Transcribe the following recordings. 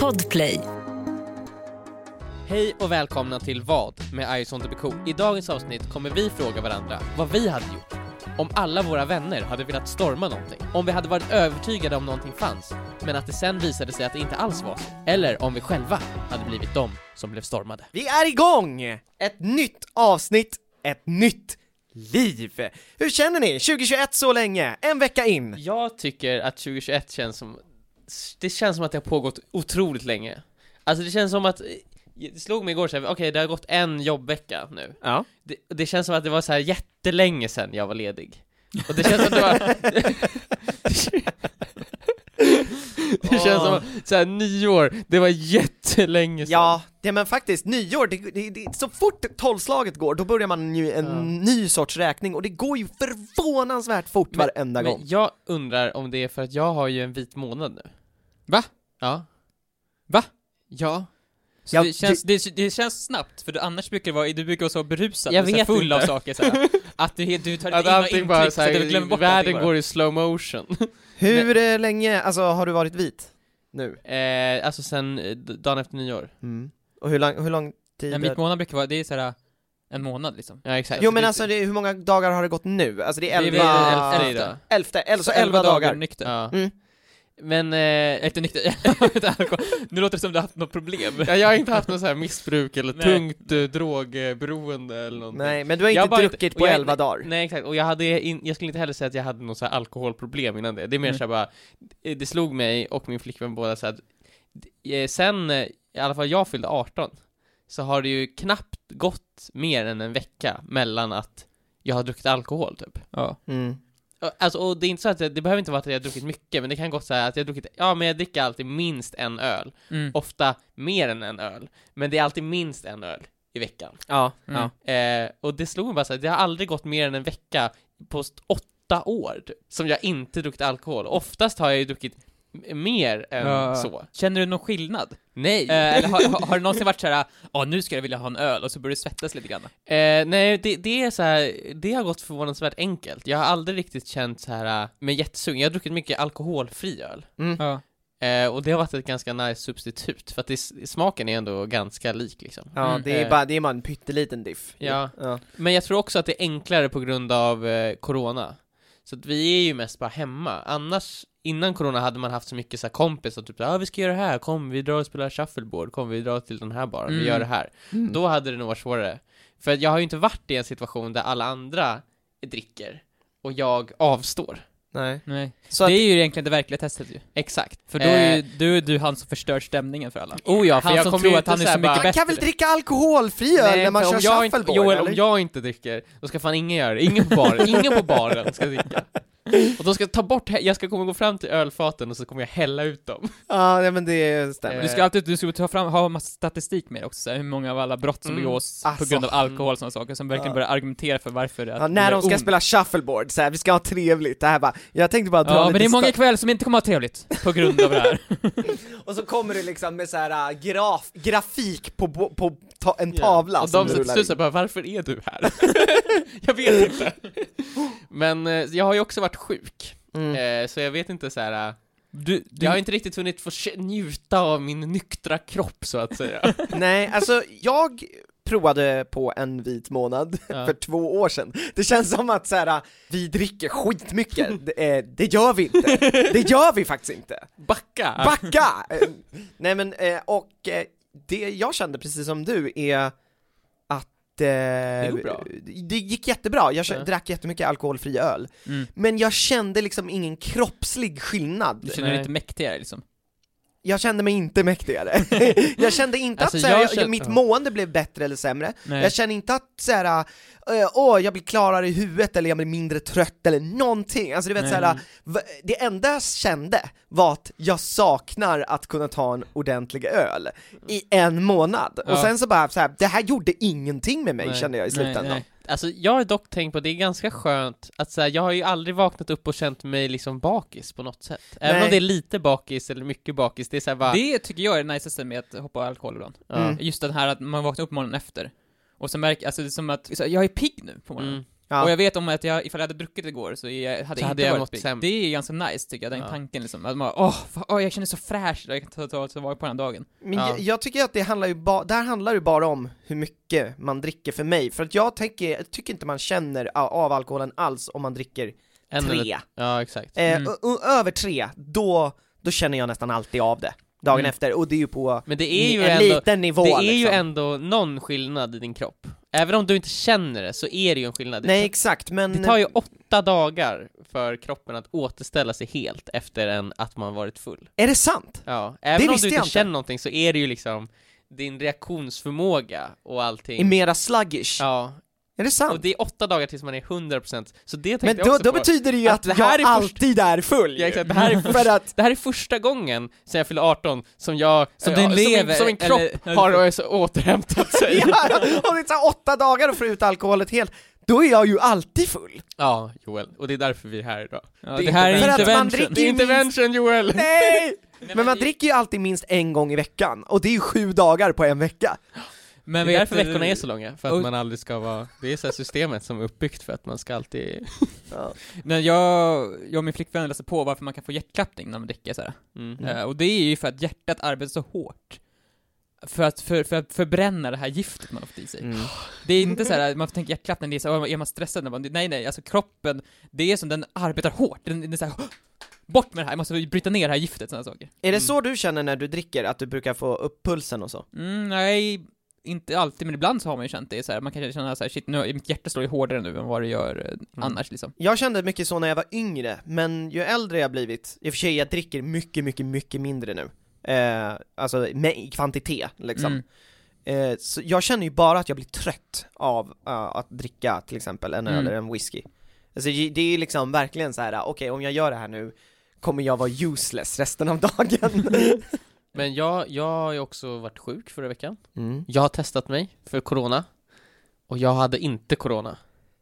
Podplay. Hej och välkomna till Vad med Ison to be cool. I dagens avsnitt kommer vi fråga varandra vad vi hade gjort om alla våra vänner hade velat storma någonting. Om vi hade varit övertygade om någonting fanns, men att det sen visade sig att det inte alls var så. Eller om vi själva hade blivit de som blev stormade. Vi är igång! Ett nytt avsnitt, ett nytt liv. Hur känner ni? 2021 så länge, en vecka in. Jag tycker att 2021 känns som att det har pågått otroligt länge. Alltså det känns som att det slog mig igår så här, okej, det har gått en jobbvecka nu. Ja. Det känns som att det var så här jättelänge sedan jag var ledig. Och det känns som att det var det känns som så här, nyår, det var jättelänge sedan. Ja, det men faktiskt nyår, det så fort 12-slaget går, då börjar man ju en ny sorts räkning och det går ju förvånansvärt fort varenda gång. Men jag undrar om det är för att jag har ju en vit månad nu. Va? Ja. Va? Ja. Så det känns snabbt, för annars brukar du brukar vara så berusad, jag vet full inte. Av saker såhär. Att du tar att inte allting intryck bara så att du glömmer bort världen går i slow motion. Hur länge, alltså har du varit vit nu? Alltså sen dagen efter nyår. Och hur lång tid? En vit månad brukar vara, det är såhär en månad liksom. Ja, exakt. Jo men alltså hur många dagar har det gått nu? Alltså det är 11 dagar. Nykter. Ja. Men Inte nykter. Nu låter det som du har haft något problem. Ja, jag har inte haft något så här missbruk eller tungt drogberoende eller någonting. Nej, men du har inte druckit på 11 dagar. Nej, exakt. Och jag skulle inte heller säga att jag hade något så här alkoholproblem innan det. Det är mer så här bara, det slog mig och min flickvän båda så att sen, i alla fall jag fyllde 18, så har det ju knappt gått mer än en vecka mellan att jag har druckit alkohol typ. Ja. Alltså, och det är inte så att det behöver inte vara att jag har druckit mycket, men det kan gott säga att jag har druckit, men jag dricker alltid minst en öl. Ofta mer än en öl, men det är alltid minst en öl i veckan. Och det slog mig bara så att det har aldrig gått mer än en vecka på 8 år typ, som jag inte druckit alkohol. Oftast har jag ju druckit mer än så. Känner du någon skillnad? Nej. Eller har det någonsin varit såhär, nu ska jag vilja ha en öl, och så börjar du svettas lite grann? Nej, det är så här, det har gått förvånansvärt enkelt. Jag har aldrig riktigt känt så här med jättesugn. Jag har druckit mycket alkoholfri öl. Och det har varit ett ganska nice substitut, för att smaken är ändå ganska lik liksom. Ja, det är bara en pytteliten diff. Ja. Men jag tror också att det är enklare på grund av corona. Så att vi är ju mest bara hemma. Annars, innan corona hade man haft så mycket så här kompisar typ, vi ska göra det här, kom vi drar och spelar shuffleboard, kom vi drar till den här baren, vi gör det här. Då hade det nog varit svårare. För jag har ju inte varit i en situation där alla andra dricker och jag avstår. Nej. Så det är ju egentligen det verkliga testet ju. Exakt. För då är du han som förstör stämningen för alla. För han jag som kommer tror att han är så mycket bättre. Man kan väl dricka alkoholfri öl när man kör shuffleboard? Om jag inte dricker, då ska fan ingen göra det. Ingen på baren ska dricka. Och de ska ta bort, jag ska komma gå fram till ölfaten och så kommer jag hälla ut dem. Ja, men det stämmer. Du ska ta fram, ha en massa statistik med också, så här, hur många av alla brott som begås på grund av alkohol och sådana saker, som verkligen börjar argumentera för varför det när de ska spela shuffleboard, så här, vi ska ha trevligt, det här bara, jag tänkte bara dra lite men det är många ikväll som inte kommer ha trevligt på grund av det här. Och så kommer det liksom med så här grafik på en tavla. Och de säger bara, varför är du här? Jag vet inte. Men jag har ju också varit sjuk. Så jag vet inte så här. Jag har inte riktigt hunnit få njuta av min nyktra kropp, så att säga. Nej, alltså jag provade på en vit månad för 2 år sedan. Det känns som att så här, vi dricker skitmycket. Det gör vi inte. Det gör vi faktiskt inte. Backa! Nej men, och det jag kände precis som du är att det gick jättebra. Jag drack jättemycket alkoholfri öl. Men jag kände liksom ingen kroppslig skillnad. Du känner dig inte mäktigare liksom? Jag kände mig inte mäktigare. Jag kände inte alltså, att mitt mående blev bättre eller sämre. Nej. Jag kände inte att såhär, jag blir klarare i huvudet eller jag blir mindre trött eller någonting. Alltså du vet såhär, det enda jag kände var att jag saknar att kunna ta en ordentlig öl i 1 månad. Och sen så bara såhär, det här gjorde ingenting med mig, kände jag i slutändan. Nej. Alltså jag har dock tänkt på att det är ganska skönt att så här, jag har ju aldrig vaknat upp och känt mig liksom bakis på något sätt. Även om det är lite bakis eller mycket bakis, det är så här bara... Det tycker jag är det niceaste med att hoppa alkohol ibland. Just den här att man vaknar upp morgonen efter och så märker, alltså det är som att jag är pigg nu på morgonen. Och jag vet om att ifall jag hade druckit igår så hade jag mått sämre. Det är ganska nice tycker jag, den tanken liksom. Att man jag känner så fräsch, jag kan ta tillvara på den dagen. Men jag tycker att det handlar ju där handlar det bara om hur mycket man dricker för mig. För att jag tycker inte man känner av alkoholen alls om man dricker 3. Ja, exakt. Över 3, då känner jag nästan alltid av det dagen efter, och det är ju på men det är ju en ändå, liten nivå. Det är liksom. ju ändå någon skillnad i din kropp. Även om du inte känner det så är det ju en skillnad. Nej, exakt, men det tar ju 8 dagar för kroppen att återställa sig helt efter att man varit full. Är det sant? Ja, även om du inte känner någonting så är det ju liksom din reaktionsförmåga och allting är mera sluggish. Ja. Är det sant? Och det är 8 dagar tills man är 100%. Så det tänkte men jag också då på. betyder det ju att jag alltid är full. Ja, exakt. Det här är första gången sen jag fyllde 18 som jag som min kropp har återhämtat sig. Ja, om det är så 8 dagar och får ut alkoholet helt, då är jag ju alltid full. Ja, Joel. Och det är därför vi är här idag. Ja, det här är intervention. Det är intervention, Joel. Nej! Men man dricker ju alltid minst en gång i veckan. Och det är ju 7 dagar på en vecka. Men det är därför veckorna är så långa. För att man aldrig ska vara... Det är så här systemet som är uppbyggt för att man ska alltid... Men jag och min flickvän läser på varför man kan få hjärtklappning när man dricker så här. Och det är ju för att hjärtat arbetar så hårt för att förbränna det här giftet man har fått i sig. Det är inte så här, man tänker hjärtklappning, det är så här, är man stressad när man... Nej, alltså kroppen, det är som den arbetar hårt. Den är så här... Bort med det här, jag måste bryta ner det här giftet, sådana saker. Är det så du känner när du dricker, att du brukar få upp pulsen och så? Nej, inte alltid, men ibland så har man ju känt det så här, man kan känna så här, shit, nu, mitt hjärta slår ju hårdare nu än vad det gör annars liksom. Jag kände mycket så när jag var yngre, men ju äldre jag blivit, i och för sig jag dricker mycket mindre nu. Alltså med kvantitet liksom. Så jag känner ju bara att jag blir trött av att dricka till exempel en öl eller en whisky. Alltså det är liksom verkligen så här: okej, om jag gör det här nu kommer jag vara useless resten av dagen. Men jag har ju också varit sjuk förra veckan. Jag har testat mig för corona. Och jag hade inte corona.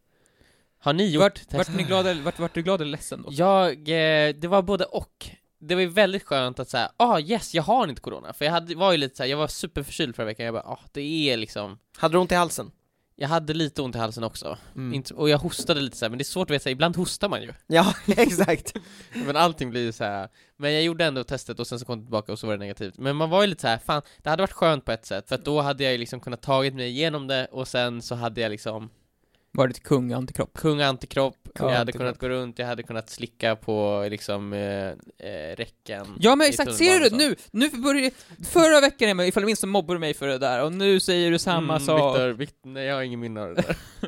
Har ni gjort vart du glad eller ledsen då? Det var både och. Det var ju väldigt skönt att säga, yes, jag har inte corona. För jag var ju lite så här, jag var superförkyld förra veckan. Jag bara, det är liksom... Hade du ont i halsen? Jag hade lite ont i halsen också. Och jag hostade lite så här, men det är svårt att veta, ibland hostar man ju. Ja, exakt. Men allting blir så här. Men jag gjorde ändå testet och sen så kom det tillbaka och så var det negativt. Men man var ju lite så här, fan, det hade varit skönt på ett sätt. För att då hade jag ju liksom kunnat tagit mig igenom det. Och sen så hade jag liksom varit kung antikropp. Jag hade kunnat gå runt, jag hade kunnat slicka på liksom räcken. Ja men exakt, ser du nu förra veckan ifall du minns så mobbade du mig för det där. Och nu säger du samma sak. Victor, nej, jag har ingen minne av det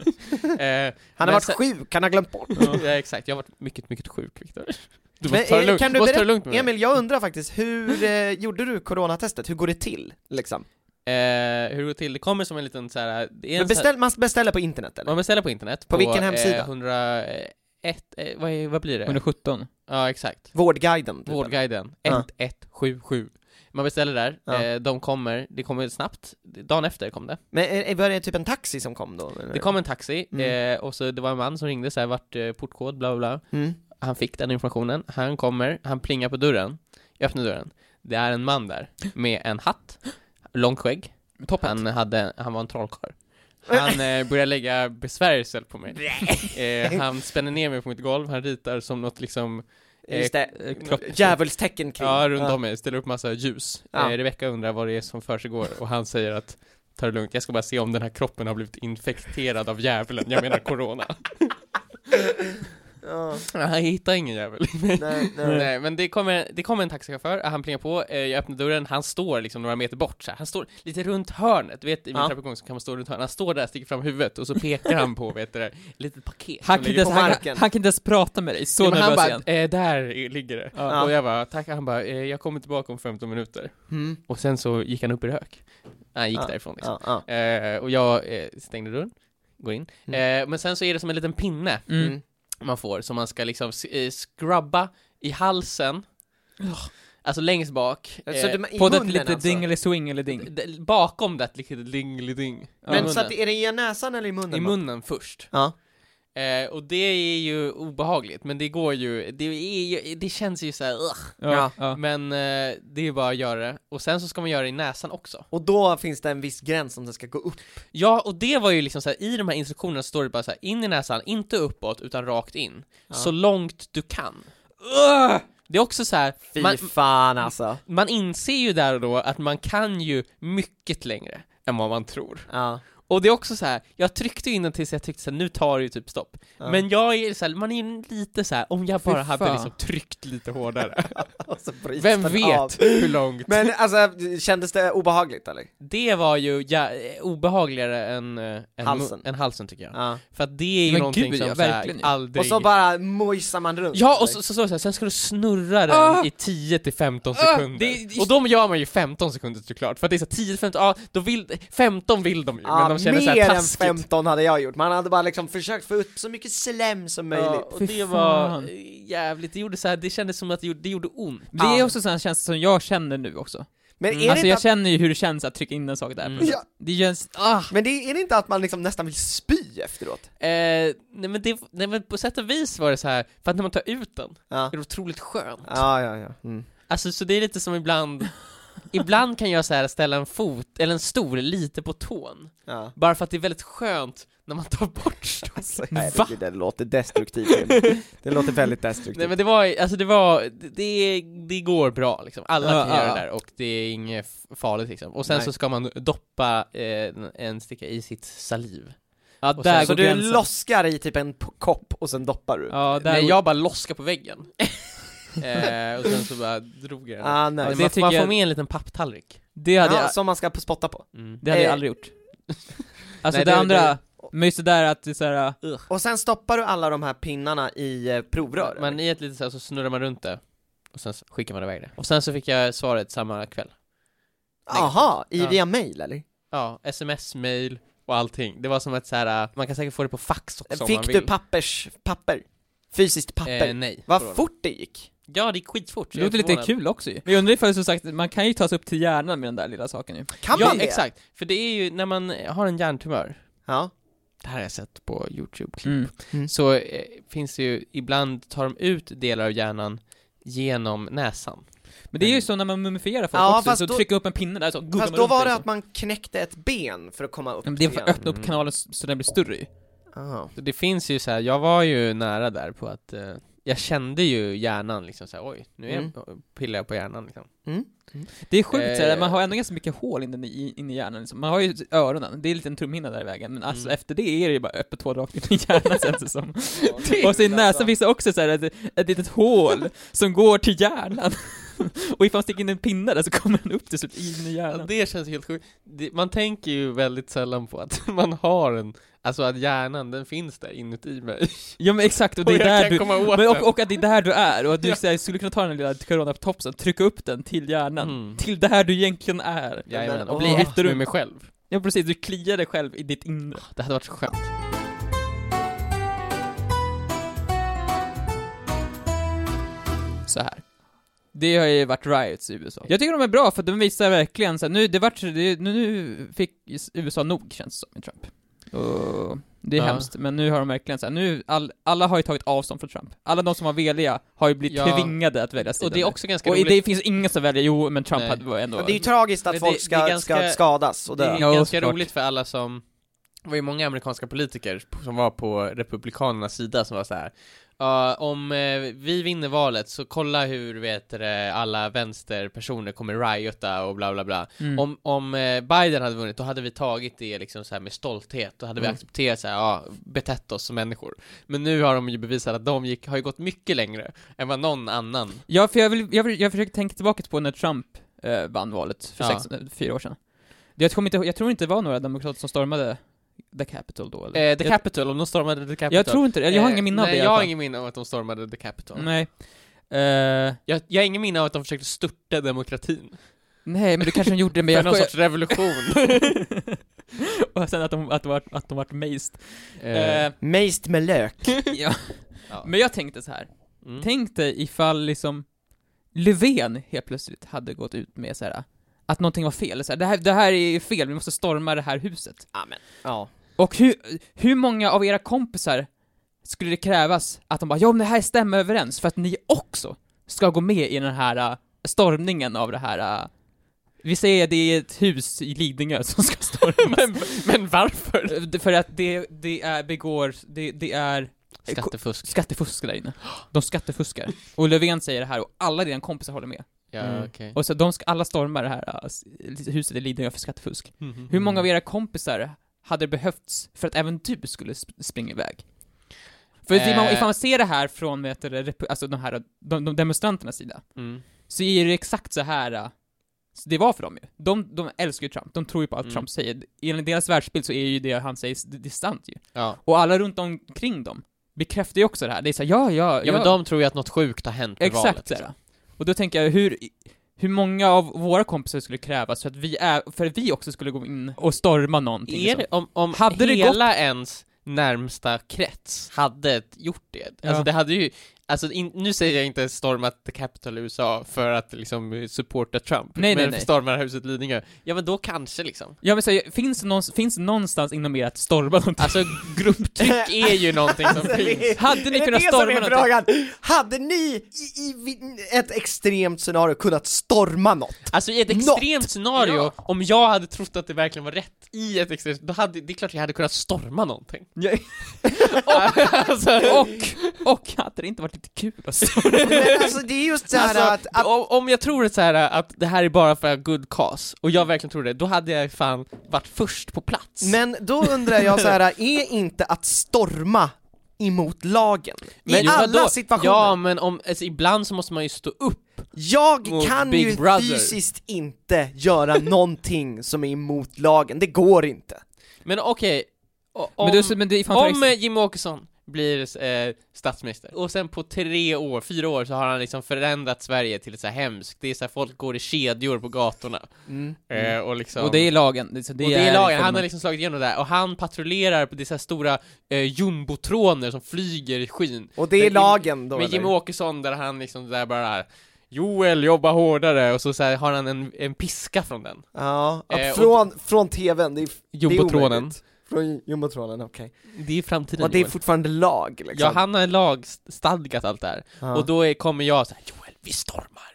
där. Han har varit sjuk, han har glömt bort. Ja exakt, jag har varit mycket sjuk, Victor. Du måste ta det lugnt, kan du berätta, lugnt med mig. Emil, jag undrar faktiskt, hur gjorde du coronatestet? Hur går det till liksom? Hur går det till? Det kommer som en liten så här, det är en man beställer på internet eller? Man beställer på internet. På vilken hemsida? 101, vad blir det? 117. Ja, exakt. Vårdguiden. Vårdguiden. 1177. Man beställer där, det kommer snabbt. Dagen efter kom det. Men var det typ en taxi som kom då? Eller? Det kom en taxi, och så det var en man som ringde så här, vart portkod, bla bla bla. Han fick den informationen, han plingar på dörren. Jag öppnar dörren. Det är en man där med en hatt, långt skägg. Han var en trollkarl. Han börjar lägga besvärjelsel på mig. Han spänner ner mig på mitt golv. Han ritar som något liksom djävulstecken kring. Ja, runt om mig. Ställer upp massa ljus. Rebecca undrar vad det är som försiggår. Och han säger att ta det lugnt, jag ska bara se om den här kroppen har blivit infekterad av djävulen. Jag menar corona. Han hittar ingen jävel. Nej, men det kommer en taxichaufför. Han plingar på, jag öppnar dörren. Han står liksom några meter bort så här. Han står lite runt hörnet. Du vet, i min trappuppgång så kan man stå runt hörnet. Han står där, sticker fram huvudet och så pekar han på, vet du, ett litet paket. Han kan inte ens prata med dig. Så nervös han bara, där ligger det. Och jag bara, tack. Han bara, jag kommer tillbaka om 15 minuter. Och sen så gick han upp i rök. Han gick därifrån liksom. Och jag stängde dörren, går in. Men sen så är det som en liten pinne. Man får, som man ska liksom scrubba i halsen. Alltså längst bak. På det lite alltså. Ding eller swing eller ding. Bakom det lite ding eller ding. Men så att är det i näsan eller i munnen? I munnen först. Ja. Och det är ju obehagligt, men det går ju, det känns ju så här, ja. Men det är ju bara att göra det. Och sen så ska man göra det i näsan också. Och då finns det en viss gräns som det ska gå upp. Ja, och det var ju liksom så här, i de här instruktionerna står det bara så här, in i näsan, inte uppåt utan rakt in. Så långt du kan. Det är också så här, fan alltså. Man inser ju där och då att man kan ju mycket längre än vad man tror. Ja. Och det är också så här, jag tryckte in den tills jag tyckte så här, nu tar det ju typ stopp. Men jag är så här, man är ju lite så här, om jag bara hade liksom tryckt lite hårdare. Vem vet hur långt. Men alltså, kändes det obehagligt eller? Det var ju obehagligare än halsen tycker jag. Ja. För att det är ju någonting som så här, aldrig... Och så bara mojsar man runt. Ja, och så sen ska du snurra den i 10-15 sekunder. Och då gör man ju 15 sekunder såklart. För att det är så 10-15, då vill 15 vill de ju, men de känner så här taskigt. Mer än 15 hade jag gjort. Man hade bara liksom försökt få upp så mycket slem som möjligt. Och det var jävligt, det gjorde så här, det kändes som att det gjorde ont. Det är också sån känsla som jag känner nu också. Men är alltså jag känner ju hur det känns att trycka in en sak där. Ja. Det känns, Men är det inte att man liksom nästan vill spy efteråt? Nej men på sätt och vis var det så här, för att när man tar ut den är det otroligt skönt. Ja. Alltså så det är lite som ibland kan jag så här ställa en fot eller en stol lite på tån. Bara för att det är väldigt skönt när man tar bort alltså, det låter destruktivt. Det låter väldigt destruktivt. Nej men det går bra liksom. Alla kan göra det där och det är inget farligt liksom. Och sen så ska man doppa en sticka i sitt saliv. Ja, där så du loskar i typ en kopp och sen doppar du? Ja, nej, jag bara loskar på väggen. Och sen så bara drog jag den. Nej. Man får med en liten papptallrik. Det hade jag... som man ska spotta på. Det hade jag aldrig gjort. Alltså nej, det andra... Men just det där att det är såhär... Och sen stoppar du alla de här pinnarna i provrör. Men i ett litet så snurrar man runt det. Och sen skickar man iväg det. Och sen så fick jag svaret samma kväll. Aha, via mail eller? Ja, sms-mail och allting. Det var som ett såhär, man kan säkert få det på fax också. Fick du papper? Fysiskt papper? Nej. Vad fort det gick. Ja, det gick skitfort. Det låter lite kul också ju. Men jag undrar ifall som sagt, man kan ju ta sig upp till hjärnan med den där lilla saken ju. Kan man det? Exakt. För det är ju när man har en hjärntumör. Ja. Det här har jag sett på YouTube-klipp. Så finns det ju, ibland tar de ut delar av hjärnan genom näsan. Men det är ju så när man mumifierar folk också, så trycker upp en pinne där så fast då var det att man knäckte ett ben för att komma upp. Men det är för att öppna upp kanalen så den blir större ju. Så det finns ju så här, jag var ju nära där på att jag kände ju hjärnan liksom så här, oj, nu pillar jag på hjärnan liksom. Det är sjukt såhär, man har ändå ganska mycket hål in i hjärnan liksom. Man har ju öronen, det är lite en trumhinna där i vägen. Men alltså efter det är det ju bara öppet hål rakt in i hjärnan känns det som. Och så i näsan finns det också såhär ett litet hål som går till hjärnan. Och ifall man sticker in en pinne där så kommer den upp till slut in i hjärnan. Ja, det känns helt sjukt. Man tänker ju väldigt sällan på att man har en, alltså att hjärnan, den finns där inuti mig. Ja men exakt, och det är där du, och att det är där du är. Och att du skulle kunna ta den lilla coronaptopsen, trycka upp den till hjärnan, till där du egentligen är. Jajamän, och bli efter med mig själv. Ja precis, du kliar dig själv i ditt inre. Det hade varit så skönt. Så här. Det har ju varit riots i USA. Jag tycker de är bra för de visar verkligen så här, nu fick USA nog, känns som, med Trump. Och det är hemskt, men nu har de verkligen så här, nu alla har ju tagit avstånd från Trump. Alla de som var veliga har ju blivit tvingade att välja sidan. Och det är också ganska roligt. Och det finns ingen som väljer, men Trump hade ändå... Och det är ju tragiskt att folk ska skadas och dö. Det är ganska roligt för alla som... Det var ju många amerikanska politiker som var på republikanernas sida som var så här. Om vi vinner valet så kolla hur alla vänsterpersoner kommer riota och bla bla bla. Om Biden hade vunnit, då hade vi tagit det liksom så här med stolthet. Då hade vi accepterat så här, betett oss som människor. Men nu har de ju bevisat att de har ju gått mycket längre än vad någon annan. Ja, för jag försöker tänka tillbaka på när Trump vann valet för 4 år sedan. Jag tror inte det var några demokrater som stormade The Capitol då, eller? The Capitol, om de stormade The Capitol. Jag tror inte det, jag har ingen minne av det. Jag har ingen minne av att de stormade The Capitol. Nej. Jag har ingen minne av att de försökte störta demokratin. Nej, men du kanske gjorde det med någon sorts revolution. Och sen att de vart mazed. Mazed med lök. Ja. Men jag tänkte så här. Tänk dig ifall liksom Löfven helt plötsligt hade gått ut med så här att någonting var fel. Så här, det här är fel, vi måste storma det här huset. Amen. Ja. Och hur många av era kompisar skulle det krävas att de bara, ja men det här stämmer överens för att ni också ska gå med i den här stormningen av det här. Vi säger att det är ett hus i Lidingö som ska stormas. men varför? För att det är skattefusk där inne. De skattefuskar. Och Löfven säger det här och alla dina kompisar håller med. Ja, okay. Och så alla stormar det här huset i Lidingö för skattefusk. Hur många av era kompisar hade behövts för att även du skulle springa iväg? För ifall man ser det här från alltså de demonstranternas sida, så är det exakt så här det var för dem ju. De älskar ju Trump. De tror ju på allt Trump säger. Enligt deras världsbild så är ju det han säger det är sant ju. Ja. Och alla runt omkring dem bekräftar ju också det här. Det är så här, ja. Men de tror ju att något sjukt har hänt på exakt valet. Liksom. Och då tänker jag, hur många av våra kompisar skulle krävas för att vi också skulle gå in och storma någonting. Är det, om hade hela det gått... ens närmsta krets hade gjort det. Alltså det hade ju, alltså nu säger jag inte stormat the Capitol i USA för att liksom supporta Trump. Nej. Stormar huset Lidingö. Ja men då kanske liksom. Ja men så, finns det någonstans inom er att storma någonting? Alltså grupptryck är ju någonting som finns. Hade ni kunnat storma någonting? Hade ni i ett extremt scenario kunnat storma något? Alltså i ett extremt scenario, om jag hade trott att det verkligen var rätt i ett extremt, då hade det är klart jag hade kunnat storma någonting. och hade det inte varit lite kul alltså. Men alltså det är just så här alltså, att om jag tror så här att det här är bara för good cause och jag verkligen tror det, då hade jag fan varit först på plats. Men då undrar jag så här, är inte att storma emot lagen men i alla situationer? Ja, men alltså, ibland så måste man ju stå upp. Jag kan Big ju Brother. fysiskt inte göra någonting som är emot lagen. Det går inte. Men okej, om Jimmie Åkesson blir statsminister och sen på 4 år så har han liksom förändrat Sverige till ett så här hemskt. Det är så här, folk går i kedjor på gatorna. Och liksom, och det är lagen. Det är lagen. Han har liksom slagit igenom det där. Och han patrullerar på dessa stora jumbotroner som flyger i skyn. Och det är lagen då. Med Jimmie Åkesson där han liksom där bara Joel, jobba hårdare, och så här, har han en piska från den. Ja, från tvn. Det är jumbotronen. Från jumbotronen, okej. Det är framtiden. Och det är fortfarande lag liksom. Ja, han har lagstadgat allt där. Och då kommer jag så här, Joel, vi stormar.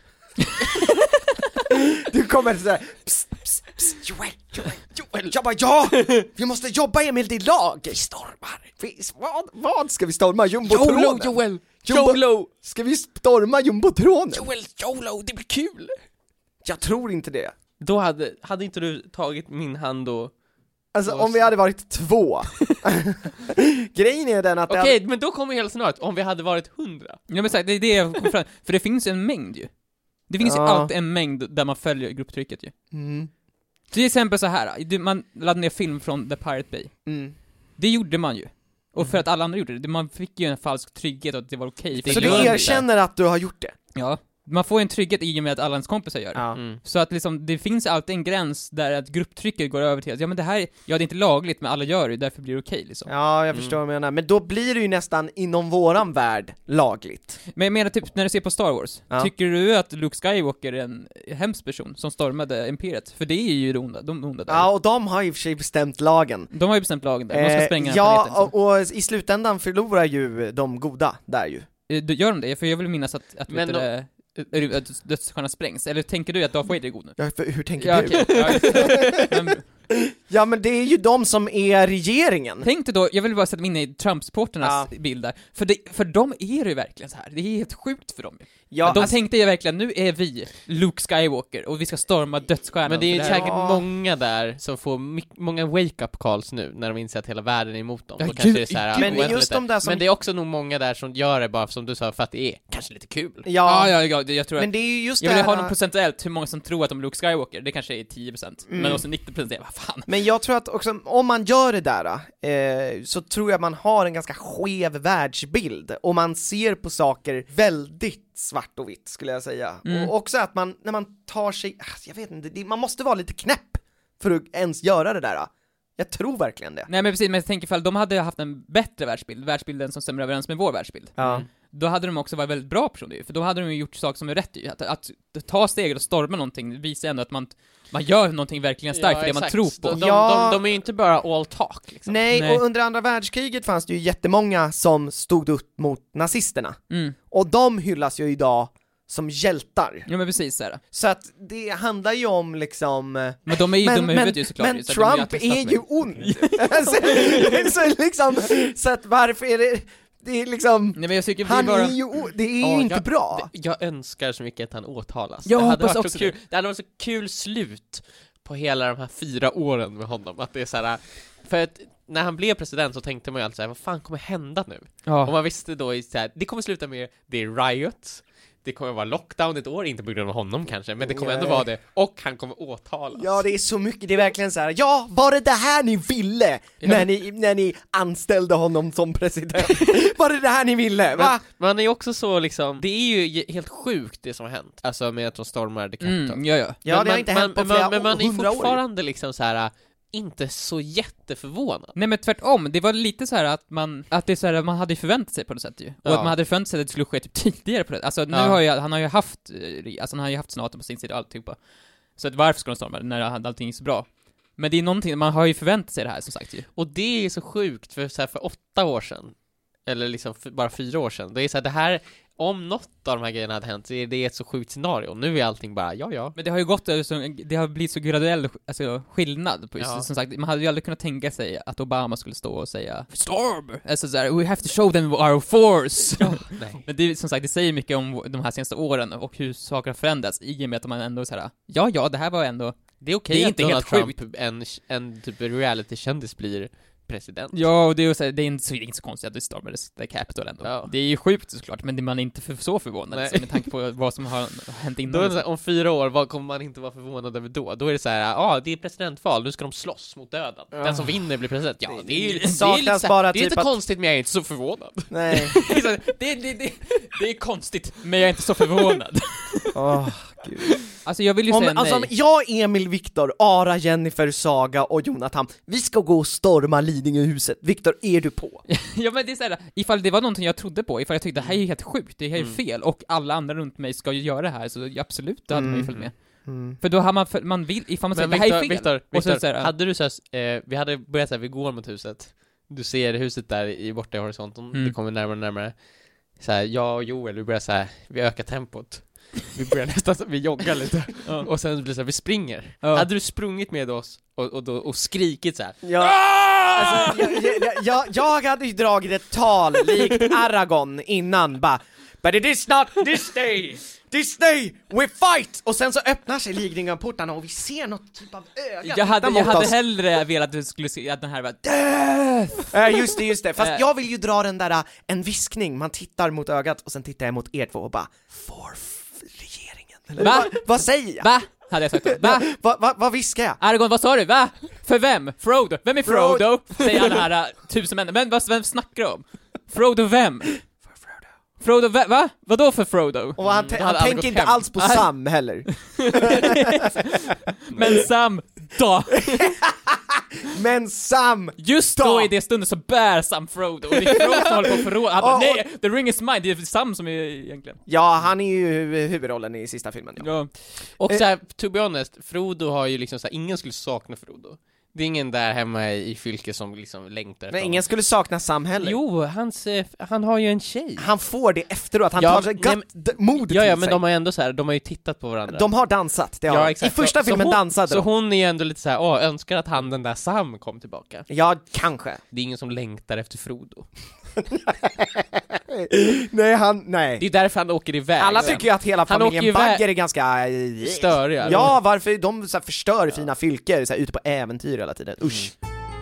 Du kommer så här, psst, Joel. Jag bara, ja! Vi måste jobba, Emil, det är lag. Vi stormar. Vad ska vi storma? Jumbotronen? Joel. Ska vi storma jumbotronen? Joel, det blir kul. Jag tror inte det. Då hade inte du tagit min hand och... Alltså om vi hade varit 2. Grejen är den att... Okej, men då kommer hela snart. Om vi hade varit 100. Ja men det är det jag kom fram. För det finns en mängd ju. Det finns ju alltid en mängd där man följer grupptrycket ju. Till exempel så här, man laddade ner film från The Pirate Bay. Det gjorde man ju. Och för att alla andra gjorde det, man fick ju en falsk trygghet att det var okej. Så du erkänner att du har gjort det? Ja. Man får en trygghet i och med att alla ens kompisar gör det. Så att liksom, det finns alltid en gräns där att grupptrycket går över till att, ja men det här, det är inte lagligt, men alla gör det, därför blir det okej liksom. Ja, jag förstår vad jag menar. Men då blir det ju nästan inom våran värld lagligt. Men jag menar typ, när du ser på Star Wars, tycker du att Luke Skywalker är en hemsk person som stormade Imperiet? För det är ju de onda där. Ja, och de har ju för sig bestämt lagen. De har ju bestämt lagen där, de ska spränga planeten. Ja, och i slutändan förlorar ju de goda där ju. Gör de det? För jag vill minnas att dödsstjärnan sprängs. Eller tänker du att Darth Vader är god nu? Ja, för hur tänker du? Okay. Ja, men det är ju de som är regeringen. Tänk dig då, jag vill bara sätta mig in i Trump-supporternas bild där. För de är det ju verkligen så här. Det är helt sjukt för dem. Ja, men de tänkte ju verkligen, nu är vi Luke Skywalker och vi ska storma dödsstjärnan. Men det är ju säkert många där som får många wake-up calls nu när de inser att hela världen är emot dem. Ja, kanske det är så här, men just de där som... Men det är också nog många där som gör det bara som du sa, för att det är kanske lite kul. Ja, jag tror men det är ju just jag vill ha någon procentuellt hur många som tror att de är Luke Skywalker. Det kanske är 10%. Men också 90% är, vad fan. Men jag tror att också, om man gör det där så tror jag man har en ganska skev världsbild. Och man ser på saker väldigt svart och vitt, skulle jag säga. Och också att man, när man tar sig, jag vet inte, man måste vara lite knäpp för att ens göra det där. Jag tror verkligen det. Nej men precis, men jag tänker ifall de hade haft en bättre världsbilden som stämmer överens med vår världsbild. då hade de också varit väldigt bra personer, för då hade de ju gjort saker som är rätt ju. Att ta steget och storma någonting visar ändå att man gör någonting verkligen starkt för det man tror på. De är ju inte bara all talk liksom. Nej, och under andra världskriget fanns det ju jättemånga som stod upp mot nazisterna. Och de hyllas ju idag som hjältar. Ja, men precis så att det handlar ju om liksom... Men de är ju dumma i huvudet ju såklart. Men Trump är ju ond. så att varför är det... Det är liksom... Nej, men jag tycker det är ju inte bra. Jag önskar så mycket att han åtalas. Det hade varit så kul. Det hade varit så kul slut på hela de här 4 åren med honom. Att det är så här, för att när han blev president så tänkte man ju alltid så här, vad fan kommer hända nu? Ja. Och man visste då så här, det kommer sluta med, det är riots. Det kommer vara lockdown ett år, inte på grund av honom kanske, men det kommer ändå vara det. Och han kommer åtalas. Ja, det är så mycket, det är verkligen så här. Ja, var det här ni ville när ni anställde honom som president? Var det här ni ville? Va? Men man är ju också så liksom, det är ju helt sjukt det som har hänt. Alltså med att de stormar det Capitol. Ja, det har inte hänt på flera men man är fortfarande år. Liksom så här inte så jätteförvånad. Nej, men tvärtom, det var lite så här att det är så här, man hade förväntat sig på något sätt ju. Och att man hade förväntat sig att det skulle ske typ tidigare på det. Alltså nu han har ju haft senaten på sin sida och allting på. Så att varför ska de storma när allting är så bra? Men det är någonting, man har ju förväntat sig det här som sagt ju. Och det är så sjukt för 8 år sedan eller liksom bara 4 år sedan. Det är så här, det här, om något av de här grejerna hade hänt så är det ett så sjukt scenario. Nu är allting bara, ja. Men det har ju gått, det har blivit så graduell skillnad på just, som sagt, man hade ju aldrig kunnat tänka sig att Obama skulle stå och säga Storm! Alltså såhär, we have to show them our force! Nej. Men det är som sagt, det säger mycket om de här senaste åren och hur saker har förändrats i och med att man ändå såhär, ja, det här var ändå, det är okej att Donald Trump, en typ reality-kändis blir president. Ja, och det är inte så konstigt att det stormades det Capitol ändå. Ja. Det är ju sjukt såklart, men man är inte så förvånad liksom, med tanke på vad som har hänt innan. Då är det så här, om 4 år, vad kommer man inte vara förvånad över då? Då är det så här, det är presidentval, nu ska de slåss mot döden. Den som vinner blir president. Ja, det är ju det är inte konstigt, men jag är inte så förvånad. Nej. det är konstigt, men jag är inte så förvånad. Gud. Alltså jag vill ju säga nej. Jag, Emil, Viktor, Ara, Jennifer, Saga och Jonathan, vi ska gå och storma Lidingöhuset. Viktor, är du på? Ja, men det är så här, ifall det var någonting jag trodde på, ifall jag tyckte det här är helt sjukt, det här är fel, och alla andra runt mig ska ju göra det här, så absolut, då hade man ju följt med. För då har man vill, ifall man säger det här är fel. Viktor, hade du såhär, vi hade börjat såhär, vi går mot huset, du ser huset där i borta i horisonten, det kommer närmare och närmare. Såhär, jag och Joel, vi börjar såhär, vi ökar tempot. Vi börjar nästan, vi joggar lite. Och sen blir det så här, vi springer. Hade du sprungit med oss och skrikit så här? Ja. Alltså, jag hade ju dragit ett tal likt Aragorn innan, bara, but it is not this day. This day we fight! Och sen så öppnar sig Lidingöportarna och vi ser något typ av öga. Jag hade hellre velat att du skulle se att den här var death! Just det. Fast jag vill ju dra den där, en viskning. Man tittar mot ögat och sen tittar jag mot er två och bara, for regeringen. Va? Vad säger jag? Va? Hade jag sagt då. Va? Vad viskar jag? Aragorn, vad sa du? Va? För vem? Frodo. Vem är Frodo? Säger alla här 1000 män. Men vem snackar du om? Frodo vem? Frodo, va? Vadå för Frodo? Och han tänker inte alls på Sam heller. Men Sam då? Men Sam just då i det stunden så bär Sam Frodo. Och det är Frodo som håller på att förråda. Han bara, nej, the ring is mine. Det är Sam som är egentligen. Ja, han är ju huvudrollen i sista filmen. Ja. Och så här, to be honest, Frodo har ju liksom så här, ingen skulle sakna Frodo. Det är ingen där hemma i fylke som liksom längtar. Men ingen skulle sakna Sam heller. Jo, han har ju en tjej. Han får det efteråt, han tar sig mod till sig. Men de har ändå så här, de har ju tittat på varandra. De har dansat, det har i första filmen dansade de. Så hon är ju ändå lite så här, önskar att han, den där Sam, kom tillbaka. Ja, kanske. Det är ingen som längtar efter Frodo. Nej. Det är därför han åker iväg. Alla tycker ju att hela familjen Bagger är ganska störiga. Ja, varför de så här förstör fina fylker så här, ute på äventyr hela tiden. Usch.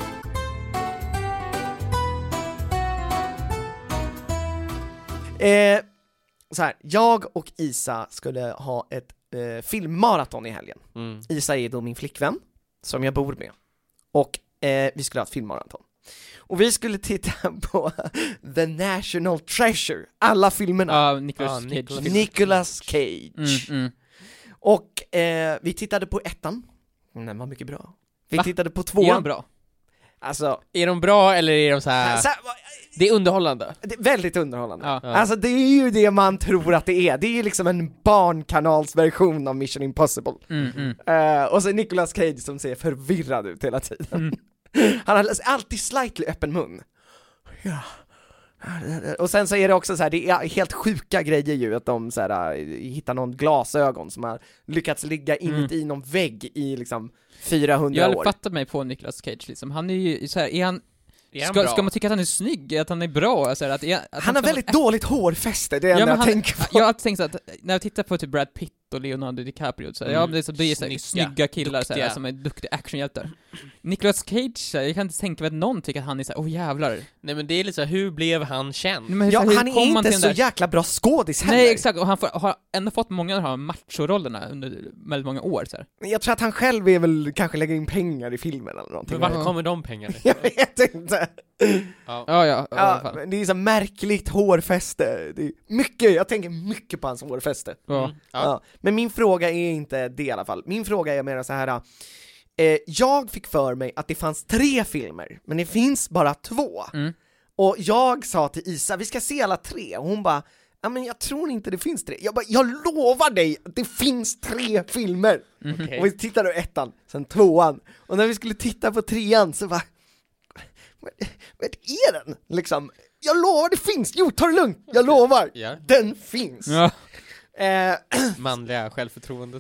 Så här, jag och Isa skulle ha ett filmmaraton i helgen. Isa är då min flickvän som jag bor med. Och vi skulle ha ett filmmaraton. Och vi skulle titta på The National Treasure, alla filmerna. Nicolas Cage. Och vi tittade på ettan. Den var mycket bra. Vi tittade på tvåan. Bra. Alltså, är de bra eller är de så här... Det är underhållande. Det är väldigt underhållande. Ja. Alltså det är ju det man tror att det är. Det är ju liksom en barnkanalsversion av Mission Impossible. Och så Nicolas Cage som ser förvirrad ut hela tiden. Han har alltid slightly öppen mun. Ja. Och sen så är det också så här, det är helt sjuka grejer ju att de så här, hittar någon glasögon som har lyckats ligga inuti någon vägg i liksom 400 år. Jag fattar mig på Nicolas Cage liksom. Han är ju så här, är han ska man tycka att han är snygg, att han är bra? Alltså, att han har väldigt dåligt hårfäste, det är det jag tänker på. Jag har alltid tänkt så att när jag tittar på typ Brad Pitt och Leonardo DiCaprio så det är så snygga killar så här, som är duktiga actionhjältar. Nicolas Cage, jag kan inte tänka mig att någon tycker att han är så här, jävlar. Nej men det är lite så här, hur blev han känd? Men han är inte så jäkla bra skådis heller. Nej, exakt, och han har ändå fått många av de här machorollerna under väldigt många år så här. Jag tror att han själv är väl kanske lägger in pengar i filmen eller någonting. Men vart kommer de pengarna? Jag vet inte. Ja, det är så märkligt hårfäste. Det är mycket, jag tänker mycket på hans hårfäste. Ja. Men min fråga är inte det i alla fall. Min fråga är mer så här. Jag fick för mig att det fanns 3 filmer, men det finns bara 2. Och jag sa till Isa, vi ska se alla 3. Och hon bara, ja men jag tror inte det finns 3. Jag bara, jag lovar dig att det finns 3 filmer. Och vi tittade på 1:an, sen 2:an. Och när vi skulle titta på 3:an så bara, vad är den? Liksom, jag lovar det finns. Jo, ta det lugnt. Jag lovar. Den finns. Manliga självförtroendet.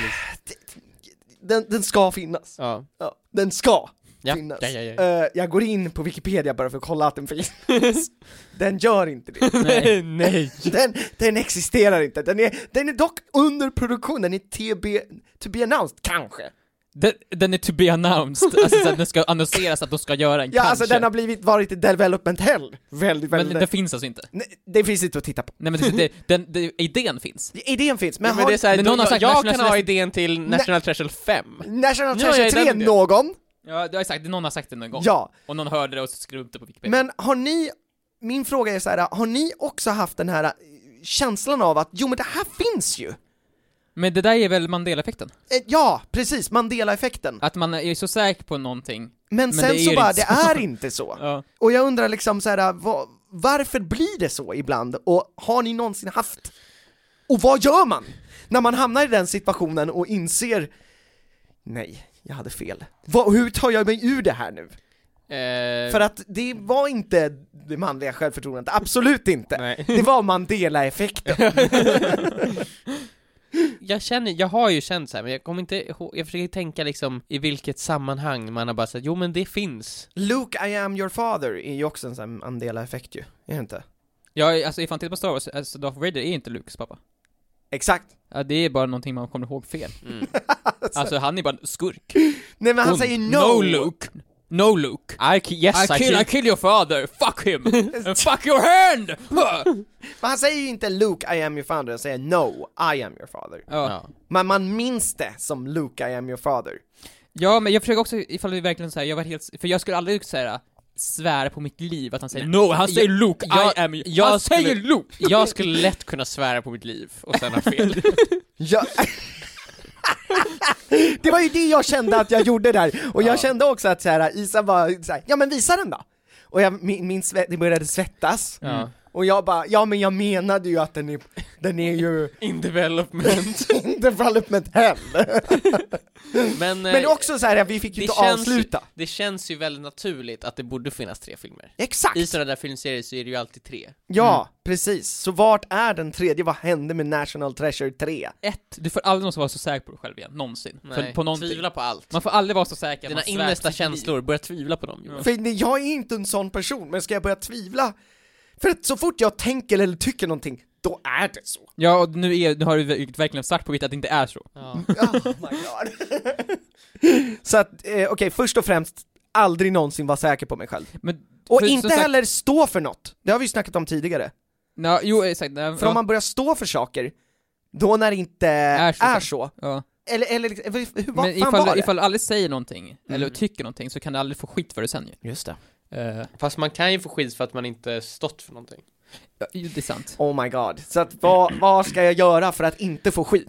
Den ska finnas. Ja, den ska finnas. Jag går in på Wikipedia bara för att kolla att den finns. Den gör inte det. Nej. Den existerar inte. Den är dock under produktion. Den är to be announced, kanske. Den är to be announced. Alltså den ska annonseras att de ska göra en kanske. Alltså den har varit i development hell. Väldigt. Men det finns alltså inte. Nej, det finns inte att titta på. Nej men idén finns. Idén finns, men det är så här, någon har sagt jag kan ha idén till National Treasure 5. National Treasure 3 någon. Ja, du har sagt, någon har sagt det någon gång. Ja. Och någon hörde det och skrev upp det på Wikipedia. Men min fråga är så här, har ni också haft den här känslan av att jo men det här finns ju? Men det där är väl Mandela-effekten? Ja, precis, Mandela-effekten. Att man är så säker på någonting. Men sen så bara, det är inte så. Ja. Och jag undrar liksom så här, varför blir det så ibland? Och har ni någonsin haft? Och vad gör man? När man hamnar i den situationen och inser, nej, jag hade fel. Hur tar jag mig ur det här nu? För att det var inte det manliga självförtroendet, absolut inte. Nej. Det var Mandela-effekten. Jag har ju känt så här, men jag kommer inte ihåg, jag försöker tänka liksom i vilket sammanhang man har bara sagt, jo men det finns. Luke, I am your father är ju också en sån här Mandela-effekt ju, är det inte? Ja, alltså ifall man tittar på Star Wars, alltså Darth Vader är inte Lukes pappa. Exakt. Ja, det är bara någonting man kommer ihåg fel. Alltså han är bara en skurk. Nej men han säger no Luke. No Luke. I kill your father. Fuck him. And fuck your hand. Men han säger ju inte Luke, I am your father. Han säger no, I am your father. Ja. Men man minns det som Luke, I am your father. Ja, men jag försöker också, ifall vi verkligen säger, jag var helt, för jag skulle aldrig säga svära på mitt liv att han säger no, han säger Luke, han säger Luke. Jag skulle lätt kunna svära på mitt liv och sen ha fel. Ja. Det var ju det jag kände att jag gjorde där. Och jag kände också att så här, Isa var så här, ja men visa den då. Och det började svettas. Och jag bara, ja men jag menade ju att den är ju in development. In development hell. Men också så här, vi fick ju inte avsluta. Det känns ju väldigt naturligt att det borde finnas 3 filmer. Exakt. I sådana där filmserier så är det ju alltid 3. Ja, precis. Så vart är den tredje? Vad hände med National Treasure 3? Du får aldrig någonsin vara så säker på dig själv igen, någonsin. Nej, på någonting. Tvivla på allt. Man får aldrig vara så säker. Dina innersta känslor, börja tvivla på dem. För jag är inte en sån person, men ska jag börja tvivla? För att så fort jag tänker eller tycker någonting, då är det så. Ja, och nu har du verkligen sagt på vitt att det inte är så. Oh my god. Så att, okej, först och främst, aldrig någonsin vara säker på mig själv. Och inte heller stå för något. Det har vi ju snackat om tidigare. Jo, exakt. För om man börjar stå för saker, då när det inte är så. Ja. Eller men ifall du aldrig säger någonting, eller tycker någonting, så kan du aldrig få skit för det sen ju. Just det. Fast man kan ju få skit för att man inte stått för någonting. Ja, det är sant. Oh my god. Så att vad ska jag göra för att inte få skit?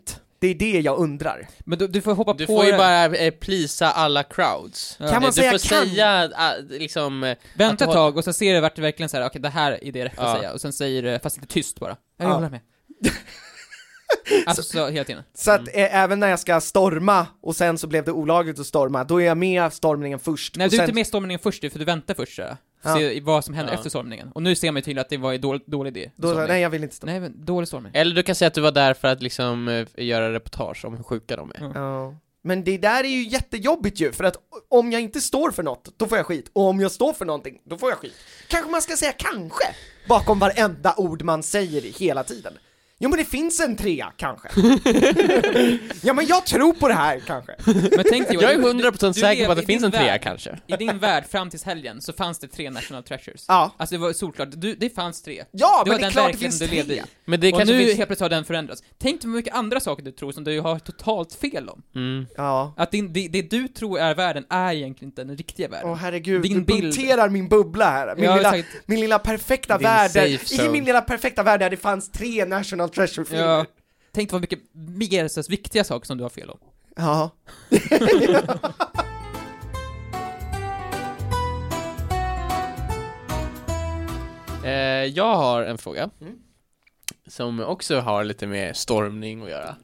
Det är det jag undrar. Men du får hoppa du på... Du får ju bara plisa alla crowds. Kan man säga du får säga liksom... Vänta ett tag och sen ser du vart det verkligen så här, okej, det här är det rätt att säga. Och sen säger du, fast inte tyst bara. Jag håller med. Alltså så hela tiden. Så att även när jag ska storma och sen så blev det olagligt att storma, då är jag med stormningen först. Nej, och du är sen... inte med stormningen först, för du väntar först. Se vad som händer efter stormningen. Och nu ser man ju till att det var en dålig idé. Nej, jag vill inte storma. Nej, men dålig stormning. Eller du kan säga att du var där för att liksom göra reportage om hur sjuka de är. Ja. Men det där är ju jättejobbigt ju, för att om jag inte står för något, då får jag skit. Och om jag står för någonting, då får jag skit. Kanske man ska säga kanske bakom varenda ord man säger hela tiden. Jo, men det finns en 3, kanske. Ja, men jag tror på det här, kanske. Men tänk dig, jag är 100% säker på att det finns en 3, kanske. I din värld, fram tills helgen, så fanns det 3 National Treasures. Ja. Alltså det var solklart, det fanns 3. Ja, det men det är klart det finns 3. Men det och kanske nu finns... helt plötsligt har den förändrats. Tänk dig hur mycket andra saker du tror som du har totalt fel om. Ja. Att det du tror är världen är egentligen inte den riktiga världen. Åh herregud, din du punkterar min bubbla här. Min lilla perfekta värld. I min lilla perfekta värld där det fanns 3 National Treasure-filmer. Ja. Tänk vad mycket mer viktiga saker som du har fel om. Ja. Jag har en fråga som också har lite med stormning att göra.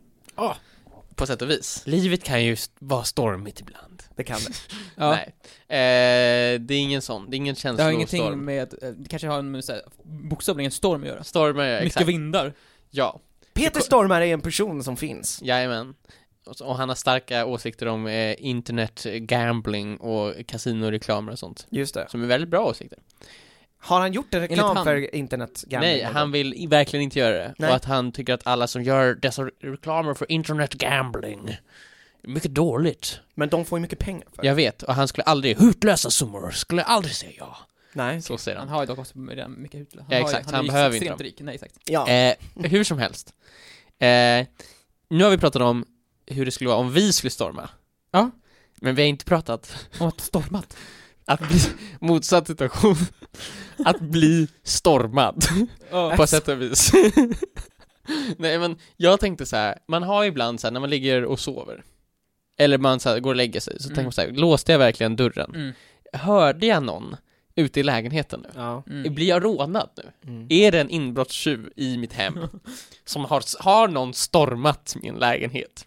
På sätt och vis. Livet kan ju vara stormigt ibland. Det kan det. Ja. Nej. Det är ingen sån. Det är ingen känsla. Det har ingenting med... Det kanske har med bokstavligen storm att göra. Stormar, exakt. Mycket vindar. Ja. Peter Stormare är en person som finns. Jajamän. Och han har starka åsikter om internet gambling och kasinoreklamer och sånt. Just det. Som är väldigt bra åsikter. Har han gjort en reklam för internet gambling? Nej, han vill verkligen inte göra det. Nej. Och att han tycker att alla som gör dessa reklamer för internet gambling är mycket dåligt. Men de får ju mycket pengar för det. Jag vet, och han skulle aldrig hutlösa summor, skulle aldrig säga ja. Nej. Så säger han. Han har ju dock också mycket hutlösa. Ja, exakt, han behöver inte dem. Nej, exakt. Ja. Hur som helst. Nu har vi pratat om hur det skulle vara om vi skulle storma. Ja. Men vi har inte pratat om att stormat. Att bli motsatt situation. Att bli stormad. På sätt och vis. Nej, men jag tänkte så här. Man har ibland så här, när man ligger och sover, eller man så här, går och lägger sig, så tänker man så här, låste jag verkligen dörren? Hörde jag någon ute i lägenheten nu? Ja. Blir jag rånad nu? Är det en inbrottstjuv i mitt hem som har någon stormat min lägenhet?